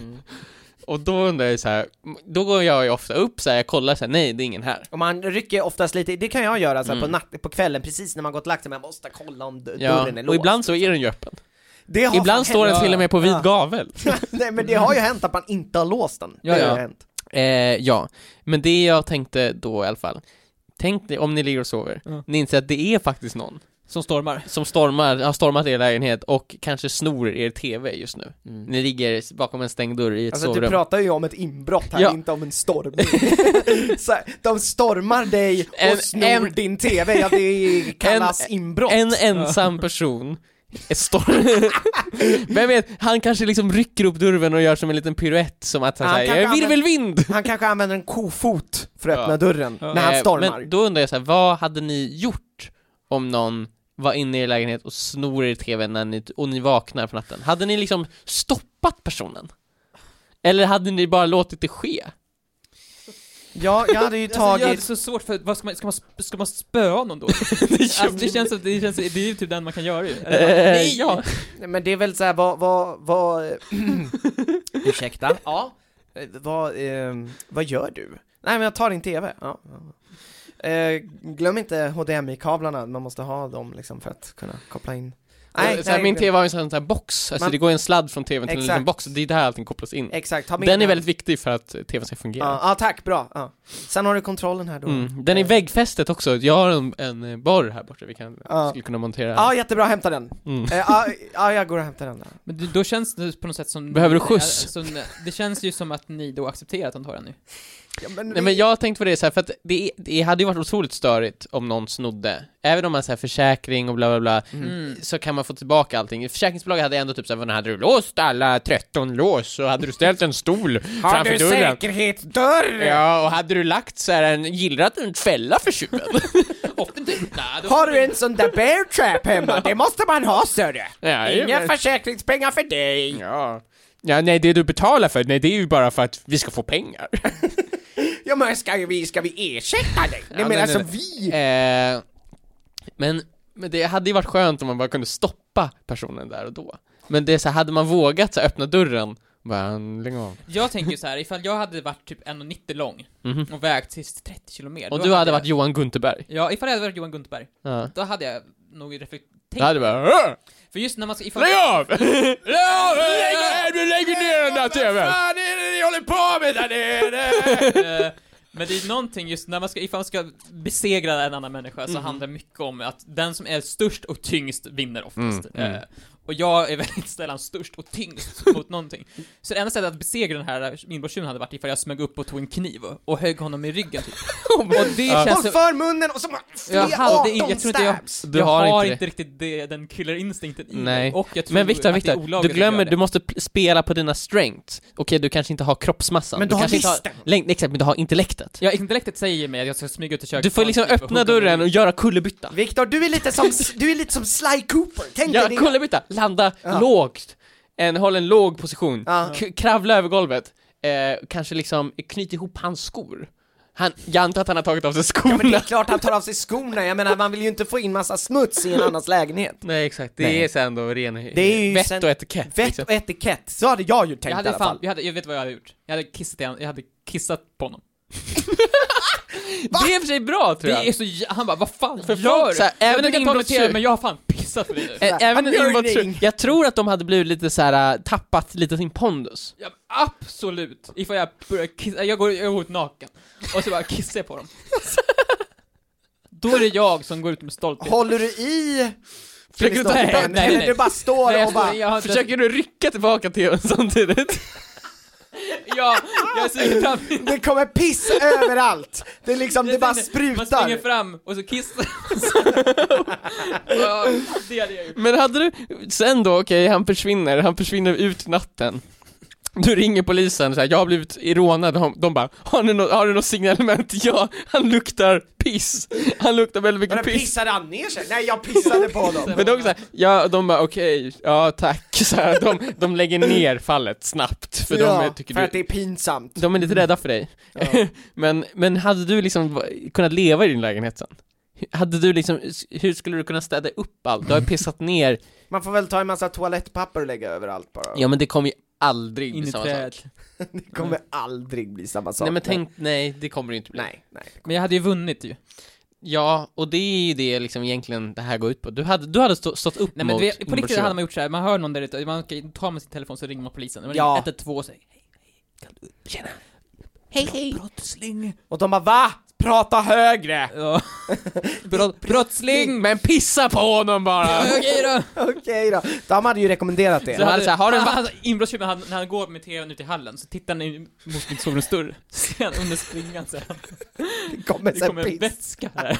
Och då undrar jag så här, då går jag ju ofta upp så här, jag kollar så här, nej, det är ingen här. Och man rycker oftast lite, det kan jag göra så här, på kvällen, precis när man gått lagt sig, man måste kolla om dörren är låst. Och ibland så är den ju öppen. Ibland står den till och med på vid gavel. Nej, men det har ju hänt att man inte har låst den. Det har hänt. Ja, men det jag tänkte då i alla fall, tänk dig om ni ligger och sover, ni inser att det är faktiskt någon som har stormat er lägenhet och kanske snor er tv just nu. Ni ligger bakom en stängd dörr i ett sovrum. Du pratar ju om ett inbrott här, inte om en stormning. Så här, de stormar dig och snor din tv, ja, det kallas inbrott. En ensam person vem vet, han kanske liksom rycker upp dörren och gör som en liten piruett, som att han säger virvelvind. Han kanske använder en kofot för att öppna dörren när han stormar. Men då undrar jag så här, vad hade ni gjort om någon var inne i er lägenhet och snor er tv och ni vaknar på natten? Hade ni liksom stoppat personen? Eller hade ni bara låtit det ske? Ja, jag hade ju tagit... Det är så svårt, för vad ska man spöa någon då? det känns det är ju typ den man kan göra ju. Nej, ja. Men det är väl så här, vad ursäkta? Ja. Vad gör du? Nej, men jag tar din tv. Ja. Glöm inte HDMI-kablarna, man måste ha dem liksom för att kunna koppla in. Nej, min tv har en sån här box, alltså det går en sladd från tvn till en liten box, det är där allting kopplas in. Exakt. Den är väldigt viktig för att tvn ska fungera. Ja, tack, bra. Ja. Sen har du kontrollen här då. Den är väggfästet också. Jag har en borr här borta vi skulle kunna montera. Ja, jättebra, hämta den. Jag går och hämtar den där. Men då känns det på något sätt som... Behöver du skjuts? Det känns ju som att ni då accepterar att han tar den nu. Ja, men jag tänkte på det så här, för att det hade ju varit otroligt störigt om någon snodde. Även om man säger försäkring och bla bla bla, så kan man få tillbaka allting. Försäkringsbolaget hade ändå typ så här, hade du låst alla 13 lås, så hade du ställt en stol framför dörren. Har du säkerhetsdörr? Ja, och hade du lagt så här gillrat en fälla för tjuven. Har du en sån där bear trap hemma? Det måste man ha, större. Ja, inga försäkringspengar för dig. Ja. Ja, nej, det du betalar för, nej, det är ju bara för att vi ska få pengar. Ja, men ska vi ersätta dig? Nej, men alltså vi... Men det hade ju varit skönt om man bara kunde stoppa personen där och då. Men det är så här, hade man vågat så här, öppna dörren, bara lägg av. Jag tänker så här, ifall jag hade varit typ 1,90 lång och vägt till 30 kilo mer. Och du hade varit Johan Gunterberg. Ja, ifall jag hade varit Johan Gunterberg. Ja. Då hade jag nog reflekterat. Jag hade bara... För just när man ska... Lägg av! Du lägger ner den där tvn! Vad är det ni håller på med där nere? Men det är någonting just när man ska, ifall man ska besegra en annan människa så handlar det mycket om att den som är störst och tyngst vinner oftast. Och jag är väldigt sällan störst och tyngst mot någonting. Så det enda sättet att besegra den här inbrottstjuven hade varit ifall jag smög upp och tog en kniv och högg honom i ryggen typ. Och det känns håll för munnen och så jag har inte riktigt den killerinstinkten i mig. Och jag tror men Victor, du glömmer, du måste spela på dina strengths. Okej, du kanske inte har kroppsmassan. Men du har listan. Exakt, men du har intellektet. Ja, intellektet säger mig att jag ska smyga ut i köket. Du får liksom öppna dörren och göra kullerbytta. Victor, du är lite som Sly Cooper. Tänk dig det. Kullerbytta. Landa lågt, håll en låg position, kravla över golvet, kanske liksom knyta ihop hans skor. Jag antar att han har tagit av sig skorna. Ja, men det är klart han tar av sig skorna. Jag menar, man vill ju inte få in massa smuts i en annans lägenhet. Nej, exakt. Det är sen då ren vett och etikett. Vett och etikett. Så hade jag ju tänkt i alla fall. Jag vet vad jag hade gjort. Jag hade kissat på honom. Det är i och för sig bra, tror jag. Det är så, han bara, vad fan gör du? Även en inbrottstjuv, men jag har fan pissat för dig nu. Även en inbrottstjuv. Jag tror att de hade blivit lite så här tappat lite sin pondus. Ja, absolut. Ifall jag börjar kissa, jag går ut naken och så bara kissar jag på dem. Då är det jag som går ut med stolthet. Håller du i? Nej. Du bara står och bara... Försöker du rycka tillbaka till samtidigt? Ja, jag ser fram. Det kommer piss överallt. Det är liksom, det bara sprutar. Man springer fram och så kissar. Ja, det hade jag gjort. Men hade du sen då, okej, han försvinner ut natten. Du ringer polisen så här, jag har blivit rånad. De bara, har du något signalement? Ja, han luktar piss. Han luktar väldigt mycket piss. Men pissade han ner sig? Nej, jag pissade på dem. Men de, så här, ja, de bara, okej, ja tack. Så här, de lägger ner fallet snabbt. För de tycker för att det är pinsamt. De är lite rädda för dig. Ja. men hade du liksom kunnat leva i din lägenhet sen? Hade du liksom, hur skulle du kunna städa upp allt? Du har pissat ner. Man får väl ta en massa toalettpapper och lägga överallt bara. Ja, men det kommer ju aldrig bli samma sak. Det kommer aldrig bli samma sak. Nej, men nej, det kommer det inte bli. Nej. Men jag hade ju vunnit ju. Ja, och det är ju det liksom egentligen det här går ut på. Du hade stått upp. Nej, men mot på riktigt hade man gjort så här. Man hör någon där ute, man tar med sin telefon så ringer man polisen. Ja. 112 och säger hej, kan du tjena. Hej. Brottsling. Och de bara, va? Prata högre. Ja. Brottsling. Men pissa på honom bara. Ja, Okej då. De hade ju rekommenderat det. Så har du inbrottstjuven när han går med tvn ut i hallen så tittar han mot min sovrumsdörr. Sen under springan så det kommer en vätska här.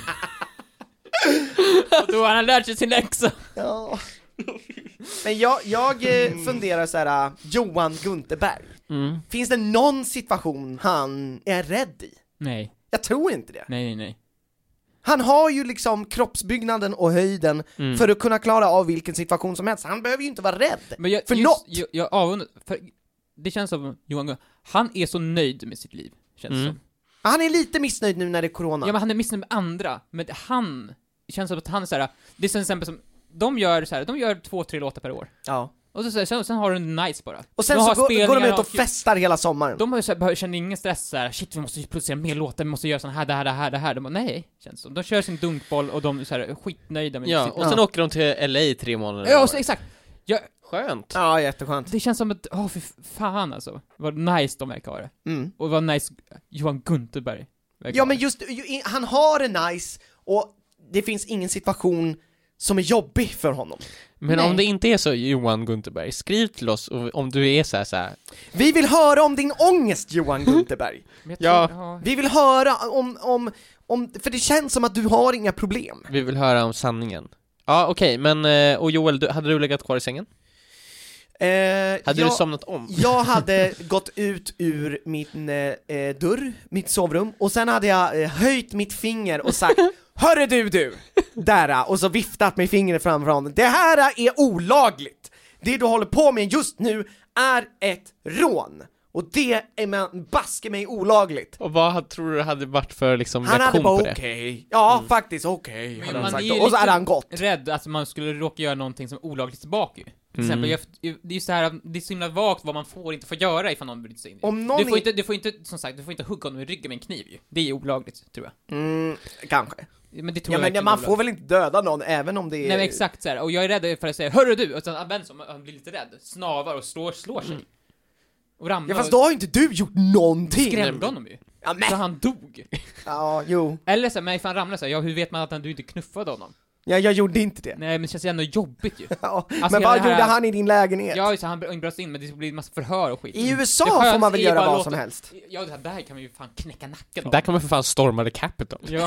Och då har han lärt sig sin läxa. Ja. Men jag funderar så här, Johan Gunterberg. Finns det någon situation han är rädd i? Nej. Jag tror inte det. Nej. Han har ju liksom kroppsbyggnaden och höjden för att kunna klara av vilken situation som helst. Han behöver ju inte vara rädd för något. Jag avundar, för det känns som Johan, han är så nöjd med sitt liv, känns som. Han är lite missnöjd nu när det är corona. Ja, men han är missnöjd med andra. Men han känns som att han är så här. Det är till exempel som de gör 2-3 låtar per år. Ja. Och sen har du en nice bara. Och sen så går de ut och festar hela sommaren. De har ju så här, känner ingen stress så här, shit vi måste producera mer låtar, vi måste göra sån här, det här. De bara, nej, känns som. De kör sin dunkboll och de är så här skitnöjda med sitt. Och sen åker de till LA i 3 månader. Ja, så, exakt. Skönt. Ja, jätteskönt. Det känns som att, för fan alltså. Vad nice de verkar ha det. Och vad nice Johan Gunterberg verkar men just, han har det nice och det finns ingen situation som är jobbig för honom. Men om det inte är så, Johan Gunterberg, skriv till oss om du är så här. Vi vill höra om din ångest, Johan Gunterberg. Vi vill höra om för det känns som att du har inga problem. Vi vill höra om sanningen. Ja, okej, men och Joel, hade du legat kvar i sängen? Hade du somnat om? Jag hade gått ut ur min dörr, mitt sovrum, och sen hade jag höjt mitt finger och sagt hörru du, där, och så viftat med fingret framför honom. Det här är olagligt. Det du håller på med just nu är ett rån. Och det är man baske mig olagligt. Och vad tror du hade varit för liksom han reaktion hade på bara det? Okej. Ja, faktiskt okej. Men man sagt. är ju Och så hade han gått. rädd att man skulle råka göra någonting som olagligt tillbaka ju. Till exempel, det är ju så här, det är så himla vagt vad man får och inte får göra ifall någon bryter sig in. Om någon du får inte, som sagt, du får inte hugga någon i ryggen med en kniv ju. Det är ju olagligt, tror jag. Kanske. Men det tror jag men man får väl inte döda någon även om det är... Nej men exakt så här. Och jag är rädd för att säga hörru du, och sen använder som han blir lite rädd, snavar och slår sig. Och ramlar. Ja fast då har ju inte du gjort någonting. Skrämde honom ju. Ja, men. Så han dog. Ja, jo. Eller så här, men ifall han ramlar så här, ja hur vet man att du inte knuffade honom? Ja, jag gjorde inte det. Nej men det känns ändå jobbigt ju. Ja, alltså, men vad gjorde han i din lägenhet? Ja, så han bröt in, men det blir en massa förhör och skit. I USA får man väl göra vad som helst? Ja, det där kan man ju fan knäcka nacken av. Där kan man för fan storma the Capitol. Ja.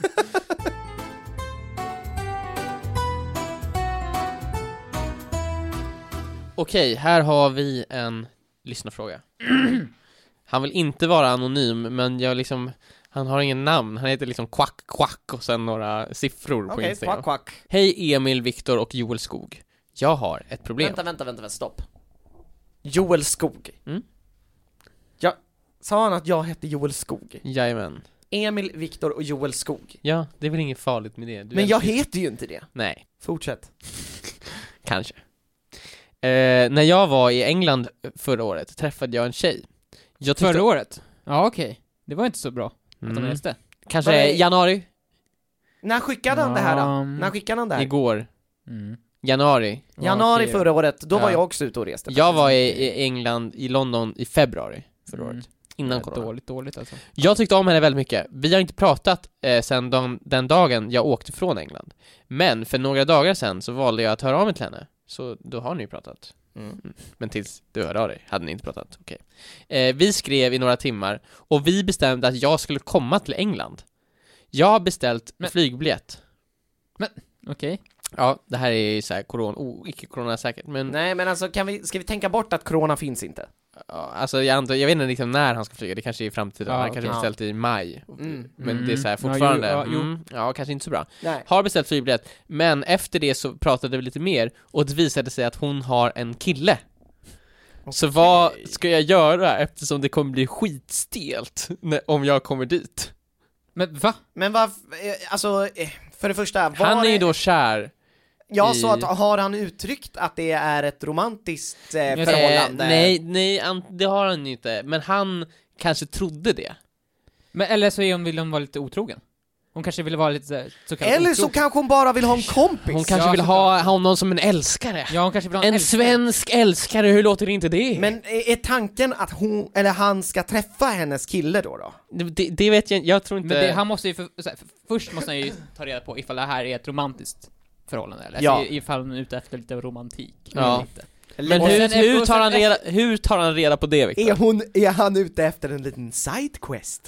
Okej, här har vi en lyssnarfråga. Han vill inte vara anonym, men han har ingen namn. Han heter liksom Quack och sen några siffror på Instagram. Quack. Hej Emil, Viktor och Joel Skog. Jag har ett problem. Vänta, stopp. Joel Skog. Ja, sa han att jag hette Joel Skog? Jajamän. Emil, Viktor och Joel Skog. Ja, det är väl inget farligt med det. Men jag heter ju inte det. Nej. Fortsätt. Kanske. När jag var i England förra året träffade jag en tjej. Förra året? Ja, okej. Det var inte så bra att de läste. Kanske januari? När skickade han det här då? När skickade han det här? Igår. Januari förra året, då var jag också ute och reste. Jag var i England, i London i februari förra året. Innan corona. Dåligt alltså. Jag tyckte om henne väldigt mycket. Vi har inte pratat sen den dagen jag åkte från England. Men för några dagar sen så valde jag att höra av mig till henne. Så då har ni ju pratat. Men tills du hörde av dig hade ni inte pratat. Okej. Vi skrev i några timmar och vi bestämde att jag skulle komma till England. Jag har beställt flygbiljett. Men, okej. Ja, det här är så här icke-corona säkert, men... Nej, men alltså ska vi tänka bort att corona finns inte? Ja, alltså jag vet inte liksom när han ska flyga. Det kanske är i framtiden. Han kanske har beställt i maj. Men det är så här fortfarande. Ja, kanske inte så bra. Nej. Har beställt flygbiljett. Men efter det så pratade vi lite mer och det visade sig att hon har en kille. Okay. Så vad ska jag göra eftersom det kommer bli skitstelt om jag kommer dit? Men va? Men vad, alltså, för det första... Han är ju då kär. Ja, så att har han uttryckt att det är ett romantiskt förhållande? Nej, det har han ju inte. Men han kanske trodde det. Men, eller så vill hon vara lite otrogen. Hon kanske vill vara lite så eller otrogen. Så kanske hon bara vill ha en kompis. Hon kanske vill ha honom som en älskare. Ja, hon kanske vill ha en svensk älskare, hur låter det inte det? Men är tanken att hon eller han ska träffa hennes kille då? Det vet jag tror inte. Men han måste ju först måste han ju ta reda på ifall det här är ett romantiskt förhållande eller ifall hon är ute efter lite romantik eller inte. Men hur tar han reda på det, Victor? Är han ute efter en liten sidequest?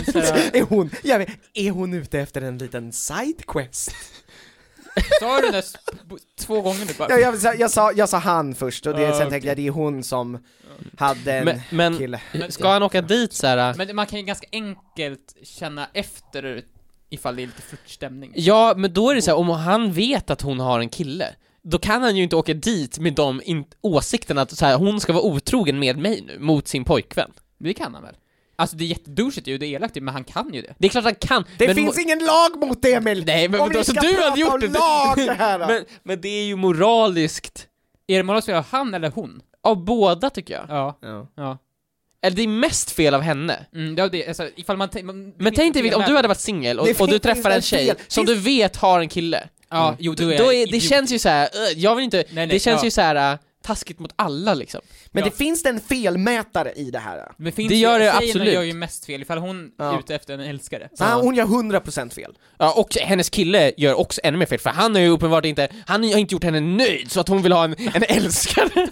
Är hon ute efter en liten sidequest? Sa du det 2 gånger nu bara? Jag sa han först och sen tänkte jag det är hon som hade en kille. Ska han åka dit så här? Men man kan ju ganska enkelt känna efter ifall det är lite flörtstämning. Ja, men då är det så här, om han vet att hon har en kille, då kan han ju inte åka dit med de åsikterna att så här, hon ska vara otrogen med mig nu mot sin pojkvän. Det kan han väl? Alltså det är jättedouchigt ju, det är elakt, men han kan ju det. Det är klart han kan. Det finns ingen lag mot det, Emil! Nej, men då, så du hade gjort det. Men det är ju moraliskt. Är det moraliskt fel av han eller hon? Av båda tycker jag. Ja. Eller det är mest fel av henne. Ja, det, alltså, ifall man men tänk dig om du hade varit singel och du träffar en tjej som du vet har en kille. Ja, det känns ju så här. Jag vill inte. Det känns ju så här taskigt mot alla liksom. Men det finns en felmätare i det här. Men det gör det absolut. Gör ju mest fel ifall hon är ute efter en älskare. Hon gör 100% fel. Ja, och hennes kille gör också ännu mer fel, för han har ju uppenbart inte, han har inte gjort henne nöjd så att hon vill ha en älskare.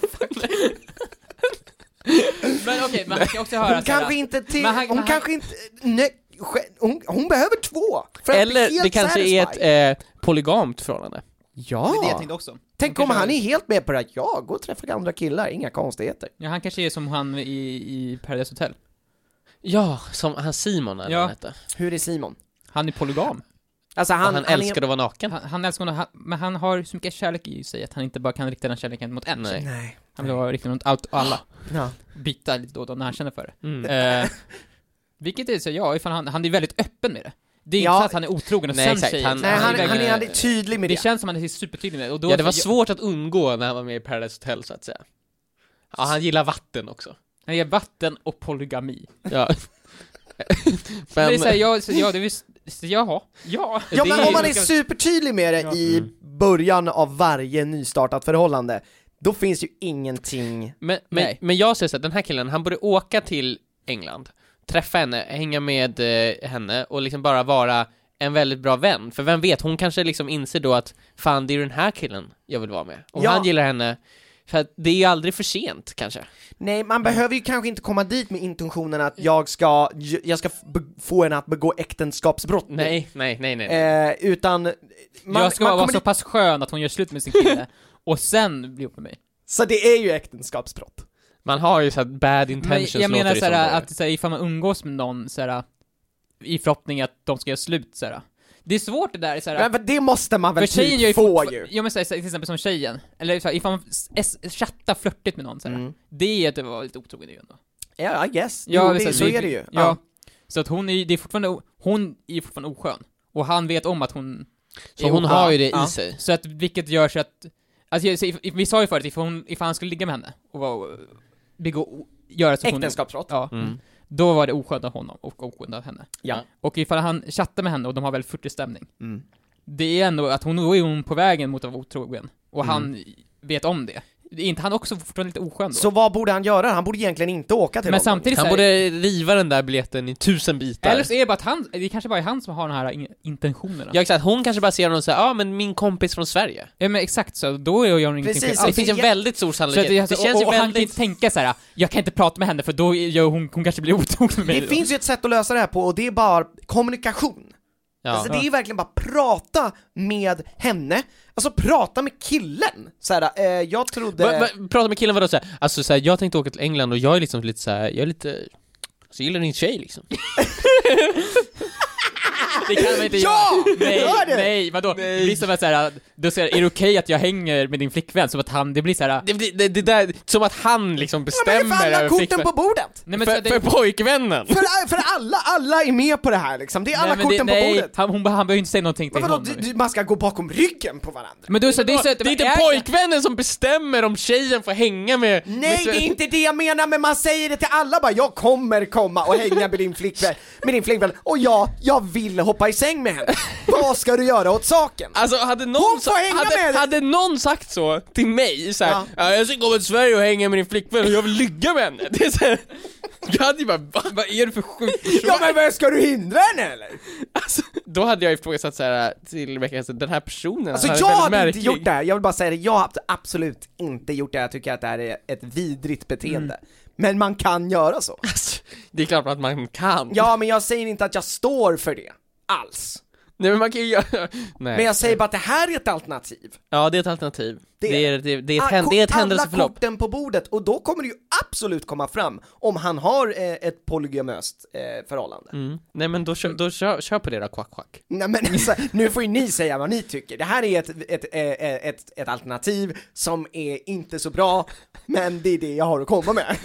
Men okej, man kan också höra hon behöver 2. Eller det kanske är ett polygamt förhållande. Ja. Det är det jag tänkte också. Tänk om han är helt med på det. Ja, gå och träffa andra killar, inga konstigheter. Ja, han kanske är som han i Paradise Hotel. Ja, som han Simon eller vad han heter. Hur är Simon? Han är polygam. Alltså han älskar att vara naken. Han älskar honom, men han har så mycket kärlek i sig att han inte bara kan rikta den kärleken mot en. Nej. Han vill rikta mot allt och alla. Ja. Byta lite då när han känner för det. Vilket är så, ifall han är väldigt öppen med det. Det är inte så att han är otrogen och sen säger han är tydlig med det. Det känns som att han är supertydlig med det. Och då det var svårt att undgå när han var med i Paradise Hotel, så att säga. Ja, han gillar vatten också. Han gillar vatten och polygami. Ja. Men det är men om man är supertydlig med det i början av varje nystartat förhållande, då finns ju ingenting. Men jag säger så att den här killen, han borde åka till England, träffa henne, hänga med henne och liksom bara vara en väldigt bra vän. För vem vet, hon kanske liksom inser då att fan, det är den här killen jag vill vara med. Och han gillar henne. För att det är ju aldrig för sent, kanske. Nej, man behöver ju kanske inte komma dit med intentionen att jag ska få henne att begå äktenskapsbrott. Nej. Utan jag ska vara så pass skön att hon gör slut med sin kille och sen blir upp med mig. Så det är ju äktenskapsbrott. Man har ju så här bad intentions. Men jag menar så här, att så här, ifall man umgås med någon så här, i förhoppning att de ska göra slut så här. Det är svårt det där så här. Men det måste man väl typ få ju. Jag menar till exempel som tjejen, eller så här, ifall man chattar flörtigt med någon så här. Det är att det var lite otrogen ju ändå. Ja, I guess. Ja, så är det ju. Ja. Så att hon är fortfarande oskön och han vet om att hon så hon har ju det i sig. Så att vilket gör så att alltså vi sa ju förut ifall han skulle ligga med henne och göra så äktenskapsbrott. Ja. Då var det oskönt av honom och oskönt av henne. Ja. Och ifall han chattar med henne och de har väl 40 stämning. Det är ändå att då är hon på vägen mot att vara otrogen. Och han vet om det. Är inte han också fortfarande lite oskön då? Så vad borde han göra? Han borde egentligen inte åka till men honom. samtidigt han borde riva den där biljetten i 1000 bitar. Eller så är det bara att det kanske bara är han som har de här intentionerna. Ja, exakt. Hon kanske bara ser honom och säger, men min kompis från Sverige. Ja, men exakt så. Då är jag ingenting. Precis, det finns en väldigt stor sannolikhet. Det känns ju väldigt... han kan inte tänka så här: jag kan inte prata med henne för då gör hon kanske blir otrogen med mig. Det finns ju ett sätt att lösa det här på och det är bara kommunikation. Ja. Alltså det är ju verkligen bara prata med henne. Alltså prata med killen. Såhär, jag trodde... Prata med killen vadå såhär? Alltså såhär, jag tänkte åka till England och jag är liksom lite såhär, jag är lite... Så gillar din tjej liksom. Det kan man inte göra. Nej, vadå? Nej. Det blir som att såhär, då säger är det okej att jag hänger med din flickvän? Som att han, det blir såhär... Det där, som att han liksom bestämmer över korten på bordet. Nej, men för pojkvännen. För alla är med på det här liksom. Det är alla korten på bordet. Han behöver ju inte säga någonting till honom. Man ska gå bakom ryggen på varandra. Men det är inte pojkvännen som bestämmer om tjejen får hänga med... Nej, det är inte det jag menar, men man säger det till alla bara, jag kommer komma och hänga med din flickvän och jag vill hoppa i säng med henne. Vad ska du göra åt saken? Alltså hade någon sagt så till mig så här, jag ska komma till Sverige och hänga med din flickvän och jag vill ligga med henne. Det är så här, jag hade ju bara, vad är det för sjukt? Ja, men vad ska du hindra henne eller? Alltså, då hade jag ju ifrågasatt så här till veckan, alltså, den här personen. Alltså jag hade inte gjort det här. Jag vill bara säga det, jag har absolut inte gjort det. Jag tycker att det här är ett vidrigt beteende. Men man kan göra så. Alltså, det är klart att man kan. Ja, men jag säger inte att jag står för det alls. Nej, men man kan ju göra... Nej. Men jag säger bara att det här är ett alternativ. Ja, det är ett alternativ. Det är ett händelseförlopp. Alla korten på bordet, och då kommer det ju absolut komma fram om han har ett polygamöst förhållande. Nej, men då kör på det då, kvack. Nej, men alltså, nu får ju ni säga vad ni tycker. Det här är ett alternativ som är inte så bra, men det är det jag har att komma med.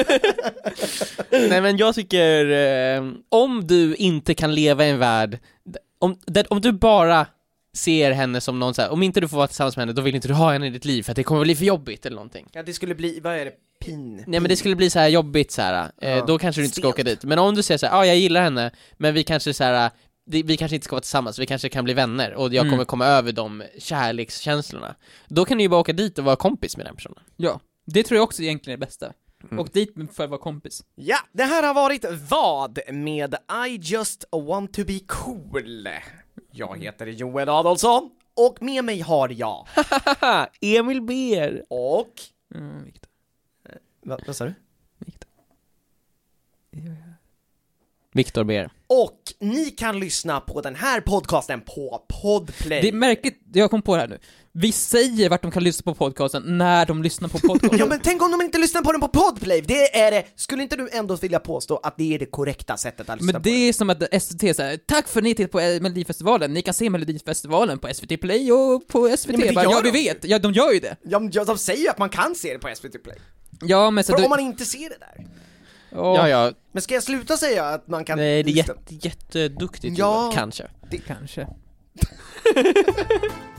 Nej, men jag tycker om du inte kan leva i en värld om du bara ser henne som någon så här, om inte du får vara tillsammans med henne, då vill inte du ha henne i ditt liv för att det kommer bli för jobbigt eller någonting. Ja, det skulle bli, vad är det? Nej, men det skulle bli så här jobbigt så här. Då kanske du inte ska åka dit. Men om du säger så här, jag gillar henne, men vi kanske så här, vi kanske inte ska vara tillsammans, vi kanske kan bli vänner och jag kommer komma över de kärlekskänslorna. Då kan du ju bara åka dit och vara kompis med den personen. Ja, det tror jag också egentligen är det bästa. Och dit för att vara kompis. Ja, det här har varit Vad med I just want to be cool. Jag heter Joel Adolfsson och med mig har jag Emil Ber och Victor. Vad sa du? Victor. Viktor Ber. Och ni kan lyssna på den här podcasten på Podplay. Det är märkligt, jag kom på det här nu. Vi säger vart de kan lyssna på podcasten när de lyssnar på podcasten. Ja, men tänk om de inte lyssnar på den på Podplay. Det är det. Skulle inte du ändå vilja påstå att det är det korrekta sättet att lyssna men på? Men det är som att SVT säger, tack för att ni tittar på Melodifestivalen. Ni kan se Melodifestivalen på SVT Play och på SVT. Ja, vi vet. Ja, de gör ju det. Ja, de säger ju att man kan se det på SVT Play. Ja, men så för om man inte ser det där. Ja. Men ska jag sluta säga att man kan... Nej, det är jätteduktigt. Ja, kanske. Kanske.